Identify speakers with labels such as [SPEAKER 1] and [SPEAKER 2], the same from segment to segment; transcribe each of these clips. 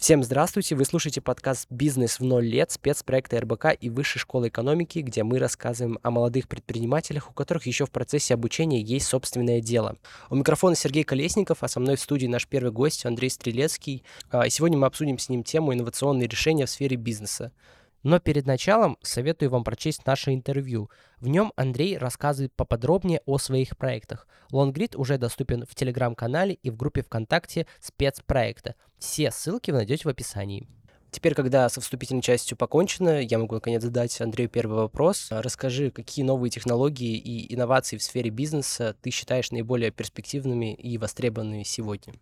[SPEAKER 1] Всем здравствуйте! Вы слушаете подкаст «Бизнес в 0 лет» спецпроекта РБК и Высшей школы экономики, где мы рассказываем о молодых предпринимателях, у которых еще в процессе обучения есть собственное дело. У микрофона Сергей Колесников, а со мной в студии наш первый гость Андрей Стрелецкий. И сегодня мы обсудим с ним тему инновационные решения в сфере бизнеса. Но перед началом советую вам прочесть наше интервью. В нем Андрей рассказывает поподробнее о своих проектах. Лонгрид уже доступен в телеграм-канале и в группе ВКонтакте спецпроекта. Все ссылки вы найдете в описании. Теперь, когда со вступительной частью покончено, я могу наконец задать Андрею первый вопрос. Расскажи, какие новые технологии и инновации в сфере бизнеса ты считаешь наиболее перспективными и востребованными сегодня?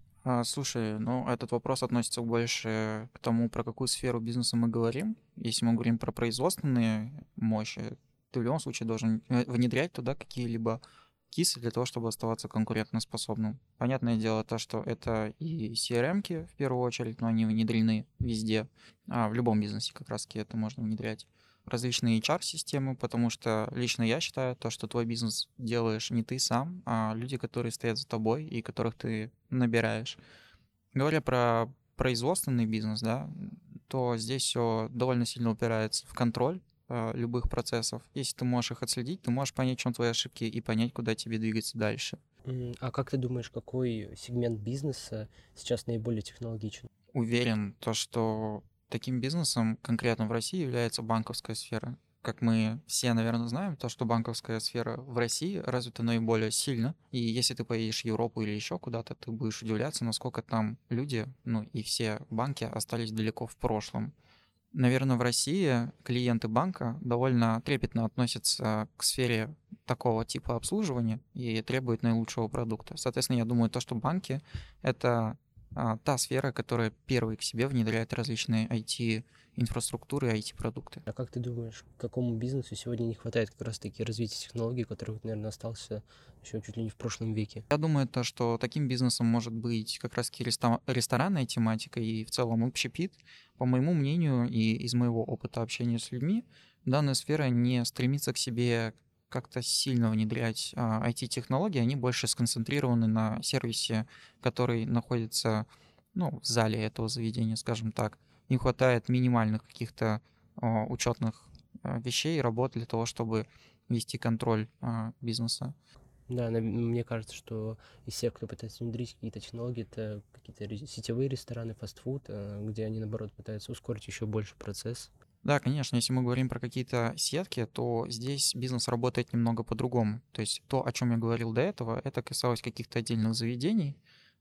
[SPEAKER 2] Слушай, ну этот вопрос относится больше к тому, про какую сферу бизнеса мы говорим. Если мы говорим про производственные мощи, ты в любом случае должен внедрять туда какие-либо кисы для того, чтобы оставаться конкурентоспособным. Понятное дело то, что это и CRM-ки в первую очередь, но они внедрены везде. В любом бизнесе как раз-таки это можно внедрять. Различные HR-системы, потому что лично я считаю то, что твой бизнес делаешь не ты сам, а люди, которые стоят за тобой и которых ты набираешь. Говоря про производственный бизнес, да, то здесь все довольно сильно упирается в контроль любых процессов. Если ты можешь их отследить, ты можешь понять, в чем твои ошибки и понять, куда тебе двигаться дальше.
[SPEAKER 1] А как ты думаешь, какой сегмент бизнеса сейчас наиболее технологичен?
[SPEAKER 2] Уверен, то, что таким бизнесом конкретно в России является банковская сфера. Как мы все, наверное, знаем, то, что банковская сфера в России развита наиболее сильно. И если ты поедешь в Европу или еще куда-то, ты будешь удивляться, насколько там люди, ну и все банки остались далеко в прошлом. Наверное, в России клиенты банка довольно трепетно относятся к сфере такого типа обслуживания и требуют наилучшего продукта. Соответственно, я думаю, то, что банки — это та сфера, которая первой к себе внедряет различные IT-инфраструктуры, IT-продукты.
[SPEAKER 1] А как ты думаешь, какому бизнесу сегодня не хватает как раз-таки развития технологий, который, наверное, остался еще чуть ли не в прошлом веке?
[SPEAKER 2] Я думаю, то, что таким бизнесом может быть как раз-таки ресторанная тематика и в целом общепит. По моему мнению и из моего опыта общения с людьми, данная сфера не стремится к себе как-то сильно внедрять IT-технологии, они больше сконцентрированы на сервисе, который находится, ну, в зале этого заведения, скажем так. Им хватает минимальных каких-то учетных вещей, работ для того, чтобы вести контроль бизнеса.
[SPEAKER 1] Да, мне кажется, что из всех, кто пытается внедрить какие-то технологии, это какие-то сетевые рестораны, фастфуд, где они, наоборот, пытаются ускорить еще больше процесс.
[SPEAKER 2] Да, конечно, если мы говорим про какие-то сетки, то здесь бизнес работает немного по-другому. То есть то, о чем я говорил до этого, это касалось каких-то отдельных заведений,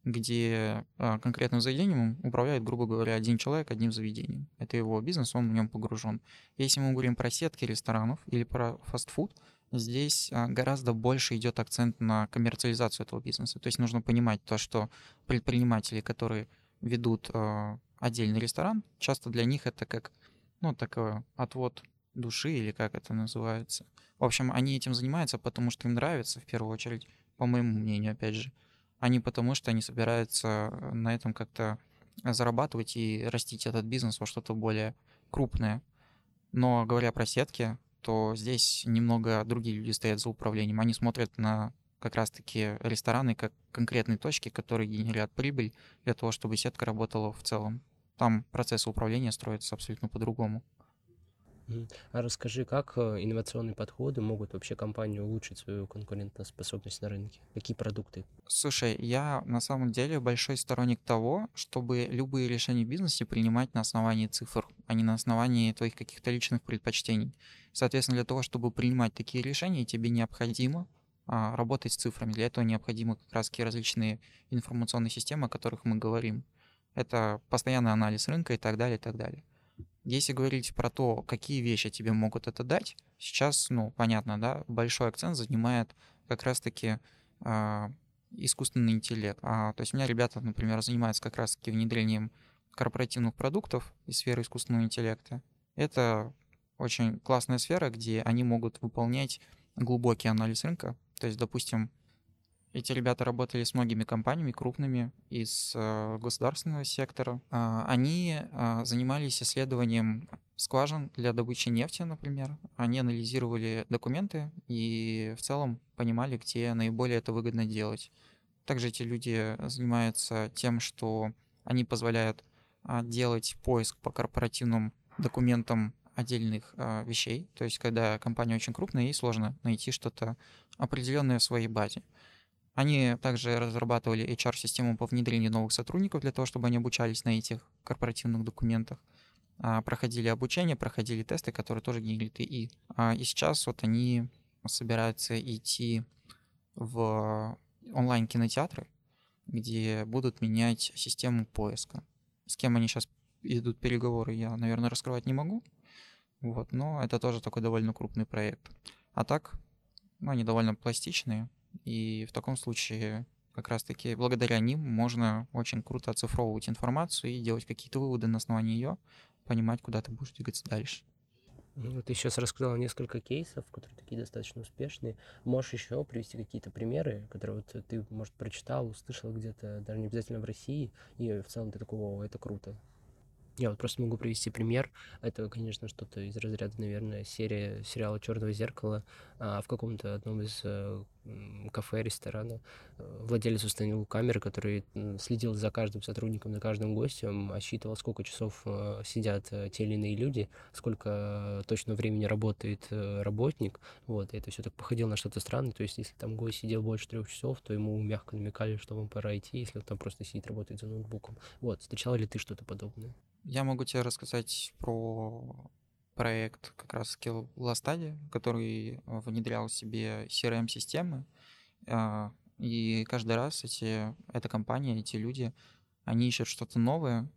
[SPEAKER 2] где конкретным заведением управляет, грубо говоря, один человек одним заведением. Это его бизнес, он в нем погружен. Если мы говорим про сетки ресторанов или про фастфуд, здесь гораздо больше идет акцент на коммерциализацию этого бизнеса. То есть нужно понимать то, что предприниматели, которые ведут отдельный ресторан, часто для них это как, ну, такой отвод души или как это называется. В общем, они этим занимаются, потому что им нравится, в первую очередь, по моему мнению, опять же, а не потому, что они собираются на этом как-то зарабатывать и растить этот бизнес во что-то более крупное. Но говоря про сетки, то здесь немного другие люди стоят за управлением. Они смотрят на как раз-таки рестораны как конкретные точки, которые генерят прибыль для того, чтобы сетка работала в целом. Там процессы управления строятся абсолютно по-другому.
[SPEAKER 1] А расскажи, как инновационные подходы могут вообще компанию улучшить свою конкурентоспособность на рынке? Какие продукты?
[SPEAKER 2] Слушай, я на самом деле большой сторонник того, чтобы любые решения в бизнесе принимать на основании цифр, а не на основании твоих каких-то личных предпочтений. Соответственно, для того, чтобы принимать такие решения, тебе необходимо работать с цифрами. Для этого необходимы как раз различные информационные системы, о которых мы говорим. Это постоянный анализ рынка и так далее, и так далее. Если говорить про то, какие вещи тебе могут это дать, сейчас, ну, понятно, да, большой акцент занимает как раз-таки а, искусственный интеллект. То есть у меня ребята, например, занимаются как раз-таки внедрением корпоративных продуктов из сферы искусственного интеллекта. Это очень классная сфера, где они могут выполнять глубокий анализ рынка. То есть, допустим, эти ребята работали с многими компаниями крупными из государственного сектора. Они занимались исследованием скважин для добычи нефти, например. Они анализировали документы и в целом понимали, где наиболее это выгодно делать. Также эти люди занимаются тем, что они позволяют делать поиск по корпоративным документам отдельных вещей. То есть, когда компания очень крупная, ей сложно найти что-то определенное в своей базе. Они также разрабатывали HR-систему по внедрению новых сотрудников для того, чтобы они обучались на этих корпоративных документах, проходили обучение, проходили тесты, которые тоже генерит ИИ. И сейчас вот они собираются идти в онлайн-кинотеатры, где будут менять систему поиска. С кем они сейчас идут переговоры, я, наверное, раскрывать не могу. Вот, но это тоже такой довольно крупный проект. А так, они довольно пластичные, и в таком случае как раз-таки благодаря ним можно очень круто оцифровывать информацию и делать какие-то выводы на основании ее, понимать, куда ты будешь двигаться дальше.
[SPEAKER 1] Ты сейчас рассказал несколько кейсов, которые такие достаточно успешные. Можешь еще привести какие-то примеры, которые вот ты, может, прочитал, услышал где-то, даже не обязательно в России, и в целом ты такой: о, это круто. Я вот просто могу привести пример. Это, конечно, что-то из разряда, наверное, сериала «Черного зеркала». В каком-то одном из кафе, ресторана владелец установил камеры, который следил за каждым сотрудником, за каждым гостем, отсчитывал, сколько часов сидят те или иные люди, сколько точно времени работает работник. Вот, и это все так походило на что-то странное. То есть, если там гость сидел больше 3 часов, то ему мягко намекали, что вам пора идти, если он там просто сидит, работает за ноутбуком. Вот, встречал ли ты что-то подобное?
[SPEAKER 2] Я могу тебе рассказать про проект как раз Lastadi, который внедрял в себе CRM-системы. И каждый раз эта компания, эти люди, они ищут что-то новое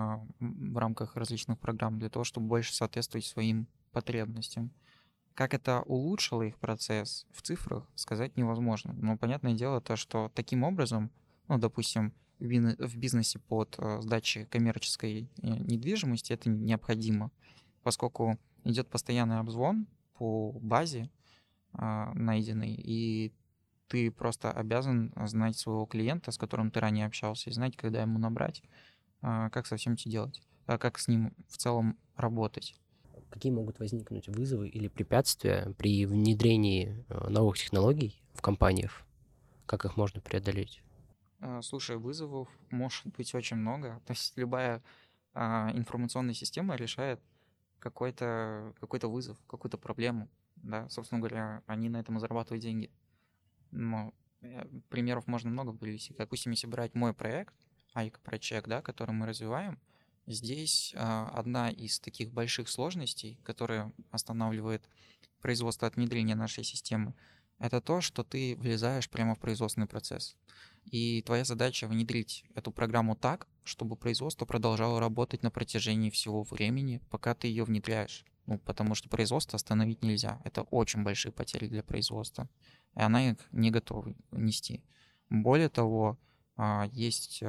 [SPEAKER 2] в рамках различных программ для того, чтобы больше соответствовать своим потребностям. Как это улучшило их процесс в цифрах, сказать невозможно. Но понятное дело то, что таким образом, ну, допустим, в бизнесе под сдачей коммерческой недвижимости это необходимо, поскольку идет постоянный обзвон по базе найденной, и ты просто обязан знать своего клиента, с которым ты ранее общался, и знать, когда ему набрать, как со всем это делать, как с ним в целом работать.
[SPEAKER 1] Какие могут возникнуть вызовы или препятствия при внедрении новых технологий в компаниях? Как их можно преодолеть?
[SPEAKER 2] Слушай, вызовов может быть очень много. То есть любая информационная система решает какой-то вызов, какую-то проблему. Да, собственно говоря, они на этом и зарабатывают деньги. Но примеров можно много привести. Допустим, если брать мой проект, Айка-Прочек, да, который мы развиваем, здесь одна из таких больших сложностей, которая останавливает производство от внедрения нашей системы, это то, что ты влезаешь прямо в производственный процесс. И твоя задача внедрить эту программу так, чтобы производство продолжало работать на протяжении всего времени, пока ты ее внедряешь. Ну, потому что производство остановить нельзя. Это очень большие потери для производства. И она их не готова нести. Более того, есть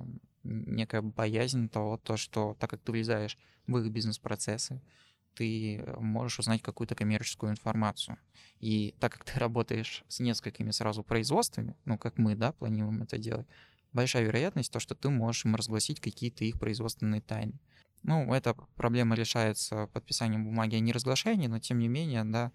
[SPEAKER 2] некая боязнь того, что так как ты влезаешь в их бизнес-процессы, ты можешь узнать какую-то коммерческую информацию. И так как ты работаешь с несколькими сразу производствами, ну, как мы, да, планируем это делать, большая вероятность, то, что ты можешь им разгласить какие-то их производственные тайны. Ну, эта проблема решается подписанием бумаги о неразглашении, но тем не менее, да,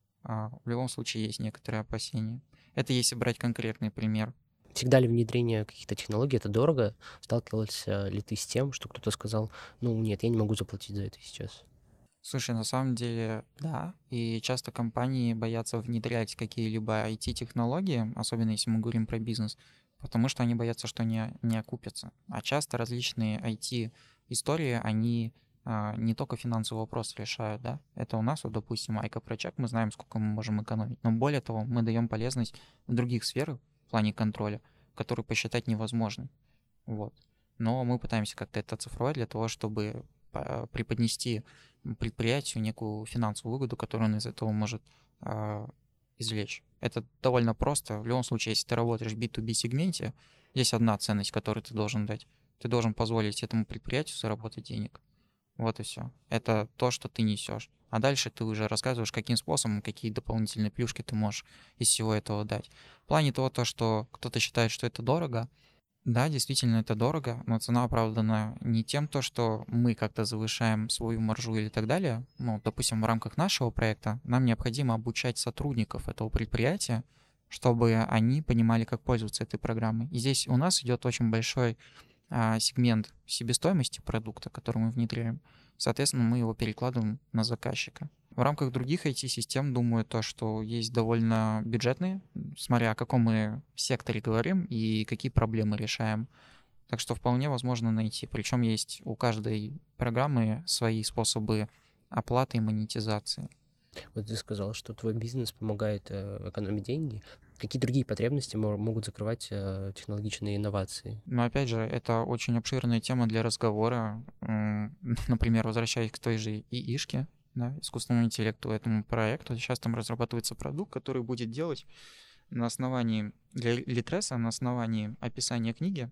[SPEAKER 2] в любом случае есть некоторые опасения. Это если брать конкретный пример.
[SPEAKER 1] Всегда ли внедрение каких-то технологий это дорого? Сталкивался ли ты с тем, что кто-то сказал: ну нет, я не могу заплатить за это сейчас?
[SPEAKER 2] Слушай, на самом деле, да, и часто компании боятся внедрять какие-либо IT-технологии, особенно если мы говорим про бизнес, потому что они боятся, что не окупятся. А часто различные IT-истории, они не только финансовый вопрос решают, да. Это у нас, вот, допустим, Айка Project, мы знаем, сколько мы можем экономить, но более того, мы даем полезность в других сферах в плане контроля, которые посчитать невозможно. Вот. Но мы пытаемся как-то это оцифровать для того, чтобы преподнести предприятию некую финансовую выгоду, которую он из этого может извлечь. Это довольно просто. В любом случае, если ты работаешь в B2B сегменте, есть одна ценность, которую ты должен дать. Ты должен позволить этому предприятию заработать денег. Вот и все. Это то, что ты несешь. А дальше ты уже рассказываешь, каким способом, какие дополнительные плюшки ты можешь из всего этого дать. В плане того, что кто-то считает, что это дорого, да, действительно, это дорого, но цена оправдана не тем, что мы как-то завышаем свою маржу или так далее. Ну, допустим, в рамках нашего проекта нам необходимо обучать сотрудников этого предприятия, чтобы они понимали, как пользоваться этой программой. И здесь у нас идет очень большой сегмент себестоимости продукта, который мы внедряем, соответственно, мы его перекладываем на заказчика. В рамках других IT-систем, думаю, то, что есть довольно бюджетные, смотря о каком мы секторе говорим и какие проблемы решаем. Так что вполне возможно найти. Причем есть у каждой программы свои способы оплаты и монетизации.
[SPEAKER 1] Вот ты сказал, что твой бизнес помогает экономить деньги. Какие другие потребности могут закрывать технологичные инновации?
[SPEAKER 2] Но опять же, это очень обширная тема для разговора. Например, возвращаясь к той же ИИшке, да, искусственному интеллекту, этому проекту. Сейчас там разрабатывается продукт, который будет делать на основании, для Литреса, на основании описания книги,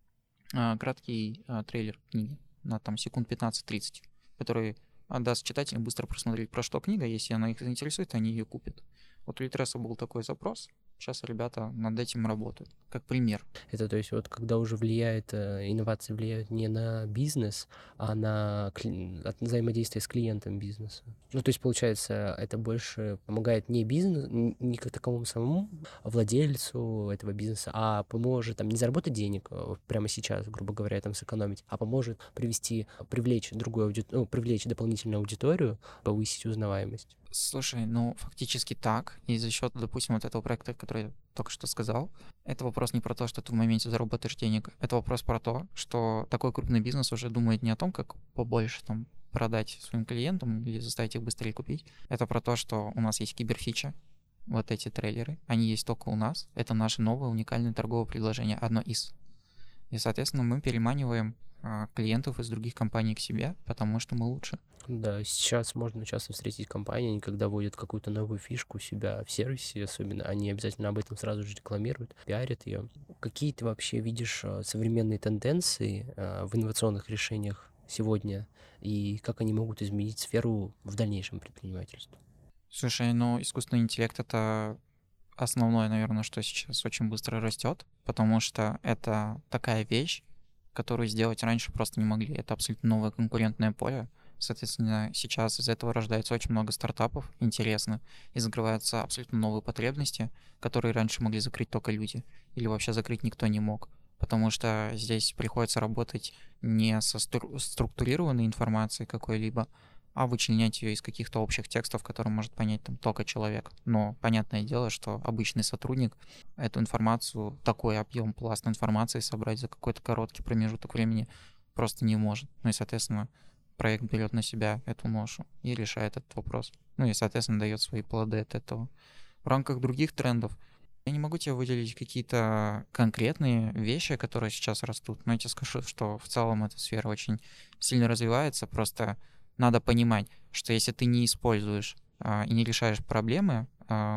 [SPEAKER 2] краткий трейлер книги на там секунд 15-30, который даст читателям быстро просмотреть, про что книга. Если она их заинтересует, они ее купят. Вот у Литреса был такой запрос. Сейчас ребята над этим работают, как пример.
[SPEAKER 1] Это то есть вот когда уже инновации влияют не на бизнес, а на взаимодействие с клиентом бизнеса. Ну, то есть, получается, это больше помогает не бизнесу, не как таковому самому владельцу этого бизнеса, а поможет там не заработать денег прямо сейчас, грубо говоря, там сэкономить, а поможет привлечь привлечь дополнительную аудиторию, повысить узнаваемость.
[SPEAKER 2] Слушай, ну фактически так. И за счет, допустим, вот этого проекта, который я только что сказал, это вопрос не про то, что ты в моменте заработаешь денег. Это вопрос про то, что такой крупный бизнес уже думает не о том, как побольше там продать своим клиентам или заставить их быстрее купить. Это про то, что у нас есть киберфича, вот эти трейлеры, они есть только у нас. Это наше новое уникальное торговое предложение, одно из. И, соответственно, мы переманиваем клиентов из других компаний к себе, потому что мы лучше.
[SPEAKER 1] Да, сейчас можно часто встретить компании, они когда вводят какую-то новую фишку у себя в сервисе, особенно, они обязательно об этом сразу же рекламируют, пиарят ее. Какие ты вообще видишь современные тенденции в инновационных решениях сегодня, и как они могут изменить сферу в дальнейшем предпринимательства?
[SPEAKER 2] Слушай, ну искусственный интеллект — это основное, наверное, что сейчас очень быстро растет, потому что это такая вещь, которую сделать раньше просто не могли. Это абсолютно новое конкурентное поле. Соответственно, сейчас из этого рождается очень много стартапов интересных и закрываются абсолютно новые потребности, которые раньше могли закрыть только люди или вообще закрыть никто не мог. Потому что здесь приходится работать не со структурированной информацией какой-либо, а вычленять ее из каких-то общих текстов, которые может понять там только человек. Но понятное дело, что обычный сотрудник эту информацию, такой объем, пласт информации собрать за какой-то короткий промежуток времени просто не может. Ну и, соответственно, проект берет на себя эту ношу и решает этот вопрос. Ну и, соответственно, дает свои плоды от этого. В рамках других трендов я не могу тебе выделить какие-то конкретные вещи, которые сейчас растут, но я тебе скажу, что в целом эта сфера очень сильно развивается, просто надо понимать, что если ты не используешь и не решаешь проблемы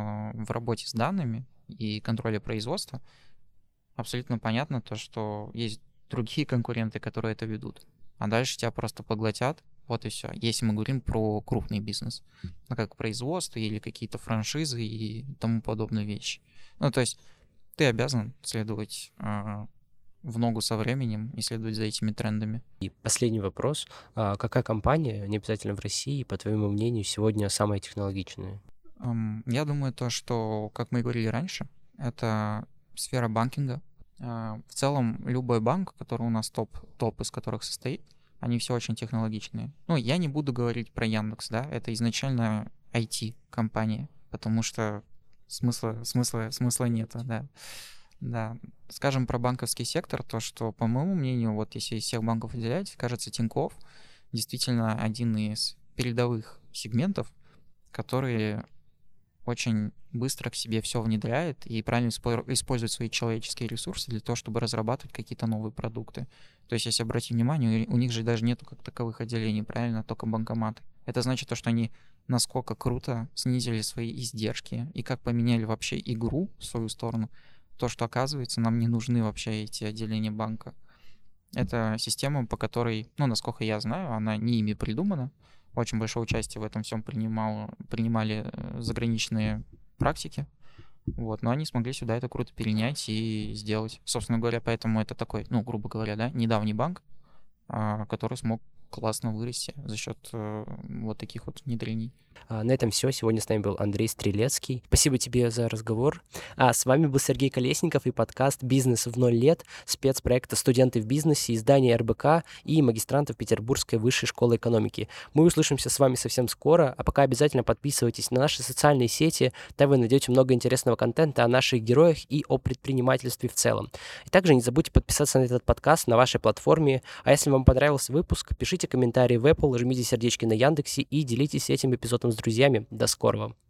[SPEAKER 2] в работе с данными и контроле производства, абсолютно понятно то, что есть другие конкуренты, которые это ведут. А дальше тебя просто поглотят, вот и все. Если мы говорим про крупный бизнес, ну, как производство или какие-то франшизы и тому подобные вещи. Ну, то есть ты обязан следовать в ногу со временем и следовать за этими трендами.
[SPEAKER 1] И последний вопрос. Какая компания, не обязательно в России, по твоему мнению, сегодня самая технологичная?
[SPEAKER 2] Я думаю, то, что, как мы и говорили раньше, это сфера банкинга. В целом, любой банк, который у нас топ из которых состоит, они все очень технологичные. Ну, я не буду говорить про Яндекс, да, это изначально IT-компания, потому что смысла нету, да. Да, скажем про банковский сектор, то, что, по моему мнению, вот если из всех банков выделять, кажется, Тинькофф действительно один из передовых сегментов, которые очень быстро к себе все внедряет и правильно использует свои человеческие ресурсы для того, чтобы разрабатывать какие-то новые продукты. То есть, если обратить внимание, у них же даже нету как таковых отделений, правильно, только банкоматы. Это значит то, что они насколько круто снизили свои издержки и как поменяли вообще игру в свою сторону. То, что, оказывается, нам не нужны вообще эти отделения банка. Это система, по которой, ну, насколько я знаю, она не ими придумана. Очень большое участие в этом всем принимали заграничные практики. Вот, но они смогли сюда это круто перенять и сделать. Собственно говоря, поэтому это такой, ну, грубо говоря, да, недавний банк, который смог классно вырасти за счет вот таких вот внедрений.
[SPEAKER 1] На этом все. Сегодня с нами был Андрей Стрелецкий. Спасибо тебе за разговор. С вами был Сергей Колесников и подкаст «Бизнес в 0 лет», спецпроекта «Студенты в бизнесе», издания РБК и магистрантов Петербургской высшей школы экономики. Мы услышимся с вами совсем скоро, а пока обязательно подписывайтесь на наши социальные сети, там вы найдете много интересного контента о наших героях и о предпринимательстве в целом. И также не забудьте подписаться на этот подкаст на вашей платформе, а если вам понравился выпуск, пишите комментарии в Apple, жмите сердечки на Яндексе и делитесь этим эпизодом с друзьями. До скорого!